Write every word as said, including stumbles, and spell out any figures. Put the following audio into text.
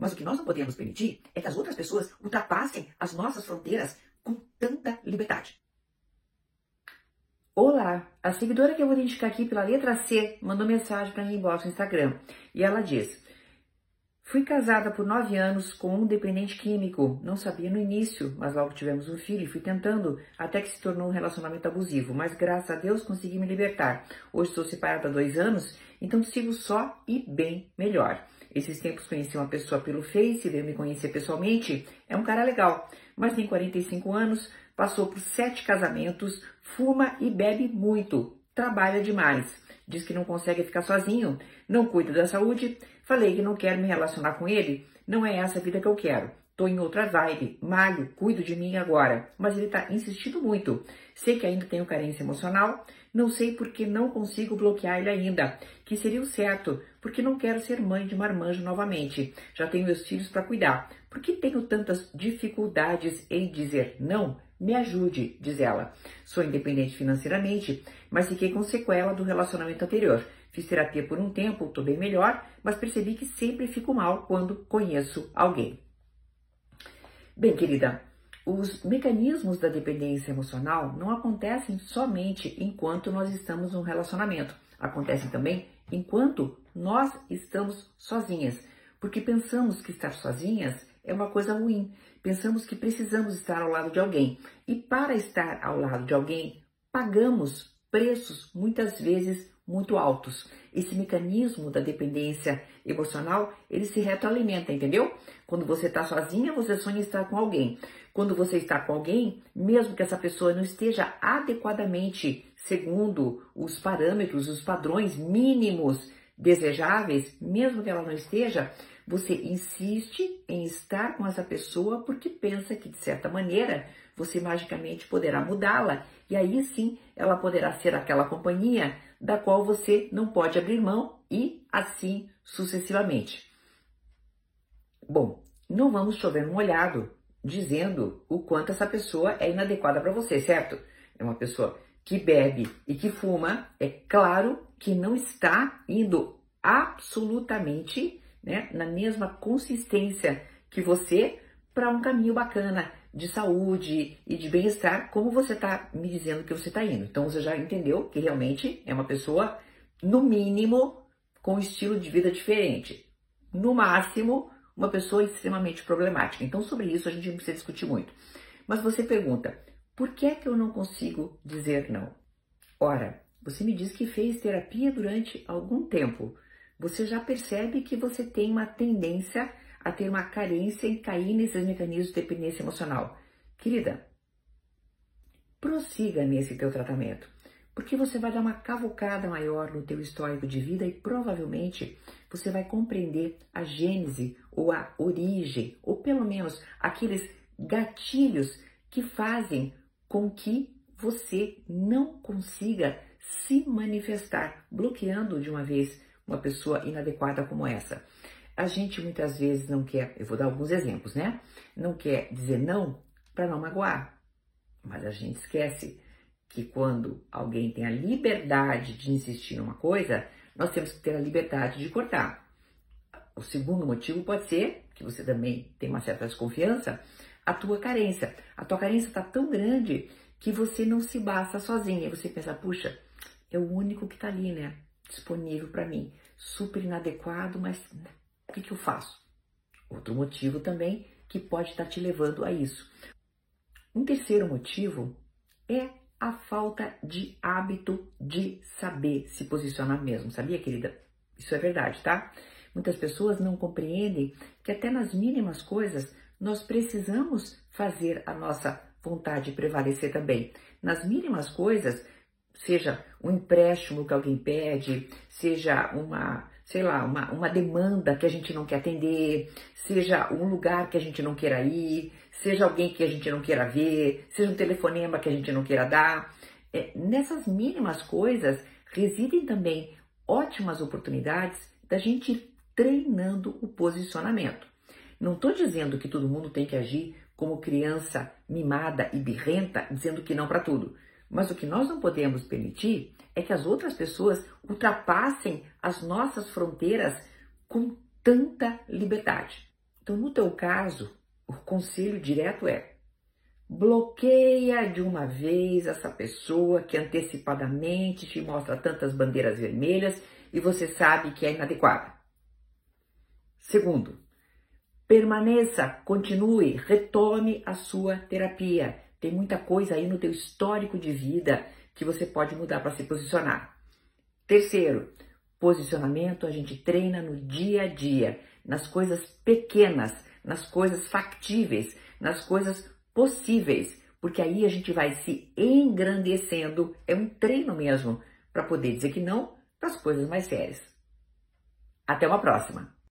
Mas o que nós não podemos permitir é que as outras pessoas ultrapassem as nossas fronteiras com tanta liberdade. Olá, a seguidora que eu vou identificar aqui pela letra C mandou mensagem para mim inbox no Instagram. E ela diz: fui casada por nove anos com um dependente químico. Não sabia no início, mas logo tivemos um filho e fui tentando até que se tornou um relacionamento abusivo. Mas graças a Deus consegui me libertar. Hoje estou separada há dois anos, então sigo só e bem melhor. Esses tempos conheci uma pessoa pelo Face, veio me conhecer pessoalmente. É um cara legal, mas tem quarenta e cinco anos, passou por sete casamentos, fuma e bebe muito, trabalha demais. Diz que não consegue ficar sozinho, não cuida da saúde. Falei que não quero me relacionar com ele, não é essa a vida que eu quero. Tô em outra vibe, malho, cuido de mim agora. Mas ele tá insistindo muito. Sei que ainda tenho carência emocional, não sei porque não consigo bloquear ele ainda, que seria o certo, porque não quero ser mãe de marmanjo novamente. Já tenho meus filhos para cuidar. Por que tenho tantas dificuldades em dizer não? Me ajude, diz ela. Sou independente financeiramente, mas fiquei com sequela do relacionamento anterior. Fiz terapia por um tempo, estou bem melhor, mas percebi que sempre fico mal quando conheço alguém. Bem, querida, os mecanismos da dependência emocional não acontecem somente enquanto nós estamos num relacionamento. Acontecem também enquanto nós estamos sozinhas, porque pensamos que estar sozinhas é uma coisa ruim. Pensamos que precisamos estar ao lado de alguém. E para estar ao lado de alguém, pagamos preços muitas vezes muito altos. Esse mecanismo da dependência emocional, ele se retroalimenta, entendeu? Quando você está sozinha, você sonha estar com alguém. Quando você está com alguém, mesmo que essa pessoa não esteja adequadamente segundo os parâmetros, os padrões mínimos desejáveis, mesmo que ela não esteja, você insiste em estar com essa pessoa porque pensa que, de certa maneira, você magicamente poderá mudá-la e aí sim ela poderá ser aquela companhia da qual você não pode abrir mão e assim sucessivamente. Bom, não vamos chover no molhado dizendo o quanto essa pessoa é inadequada para você, certo? É uma pessoa que bebe e que fuma, é claro que não está indo absolutamente, né, na mesma consistência que você para um caminho bacana de saúde e de bem-estar, como você está me dizendo que você está indo. Então você já entendeu que realmente é uma pessoa, no mínimo, com um estilo de vida diferente. No máximo, uma pessoa extremamente problemática. Então sobre isso a gente não precisa discutir muito. Mas você pergunta, por que é que eu não consigo dizer não? Ora, você me diz que fez terapia durante algum tempo. Você já percebe que você tem uma tendência a ter uma carência em cair nesses mecanismos de dependência emocional. Querida, prossiga nesse teu tratamento, porque você vai dar uma cavucada maior no teu histórico de vida e provavelmente você vai compreender a gênese ou a origem, ou pelo menos aqueles gatilhos que fazem com que você não consiga se manifestar, bloqueando de uma vez uma pessoa inadequada como essa. A gente muitas vezes não quer, eu vou dar alguns exemplos, né? Não quer dizer não para não magoar, mas a gente esquece que quando alguém tem a liberdade de insistir numa coisa, nós temos que ter a liberdade de cortar. O segundo motivo pode ser, que você também tem uma certa desconfiança, a tua carência. A tua carência está tão grande que você não se basta sozinha. Você pensa, puxa, é o único que está ali, né? Disponível para mim. Super inadequado, mas o que, que eu faço? Outro motivo também que pode estar te levando a isso. Um terceiro motivo é a falta de hábito de saber se posicionar mesmo. Sabia, querida? Isso é verdade, tá? Muitas pessoas não compreendem que até nas mínimas coisas nós precisamos fazer a nossa vontade prevalecer também. Nas mínimas coisas, seja um empréstimo que alguém pede, seja uma, sei lá, uma, uma demanda que a gente não quer atender, seja um lugar que a gente não queira ir, seja alguém que a gente não queira ver, seja um telefonema que a gente não queira dar. É, nessas mínimas coisas residem também ótimas oportunidades da gente ir treinando o posicionamento. Não estou dizendo que todo mundo tem que agir como criança mimada e birrenta, dizendo que não para tudo. Mas o que nós não podemos permitir é que as outras pessoas ultrapassem as nossas fronteiras com tanta liberdade. Então, no teu caso, o conselho direto é: bloqueia de uma vez essa pessoa que antecipadamente te mostra tantas bandeiras vermelhas e você sabe que é inadequada. Segundo, permaneça, continue, retome a sua terapia. Tem muita coisa aí no teu histórico de vida que você pode mudar para se posicionar. Terceiro, posicionamento a gente treina no dia a dia, nas coisas pequenas, nas coisas factíveis, nas coisas possíveis, porque aí a gente vai se engrandecendo, é um treino mesmo, para poder dizer que não para as coisas mais sérias. Até uma próxima!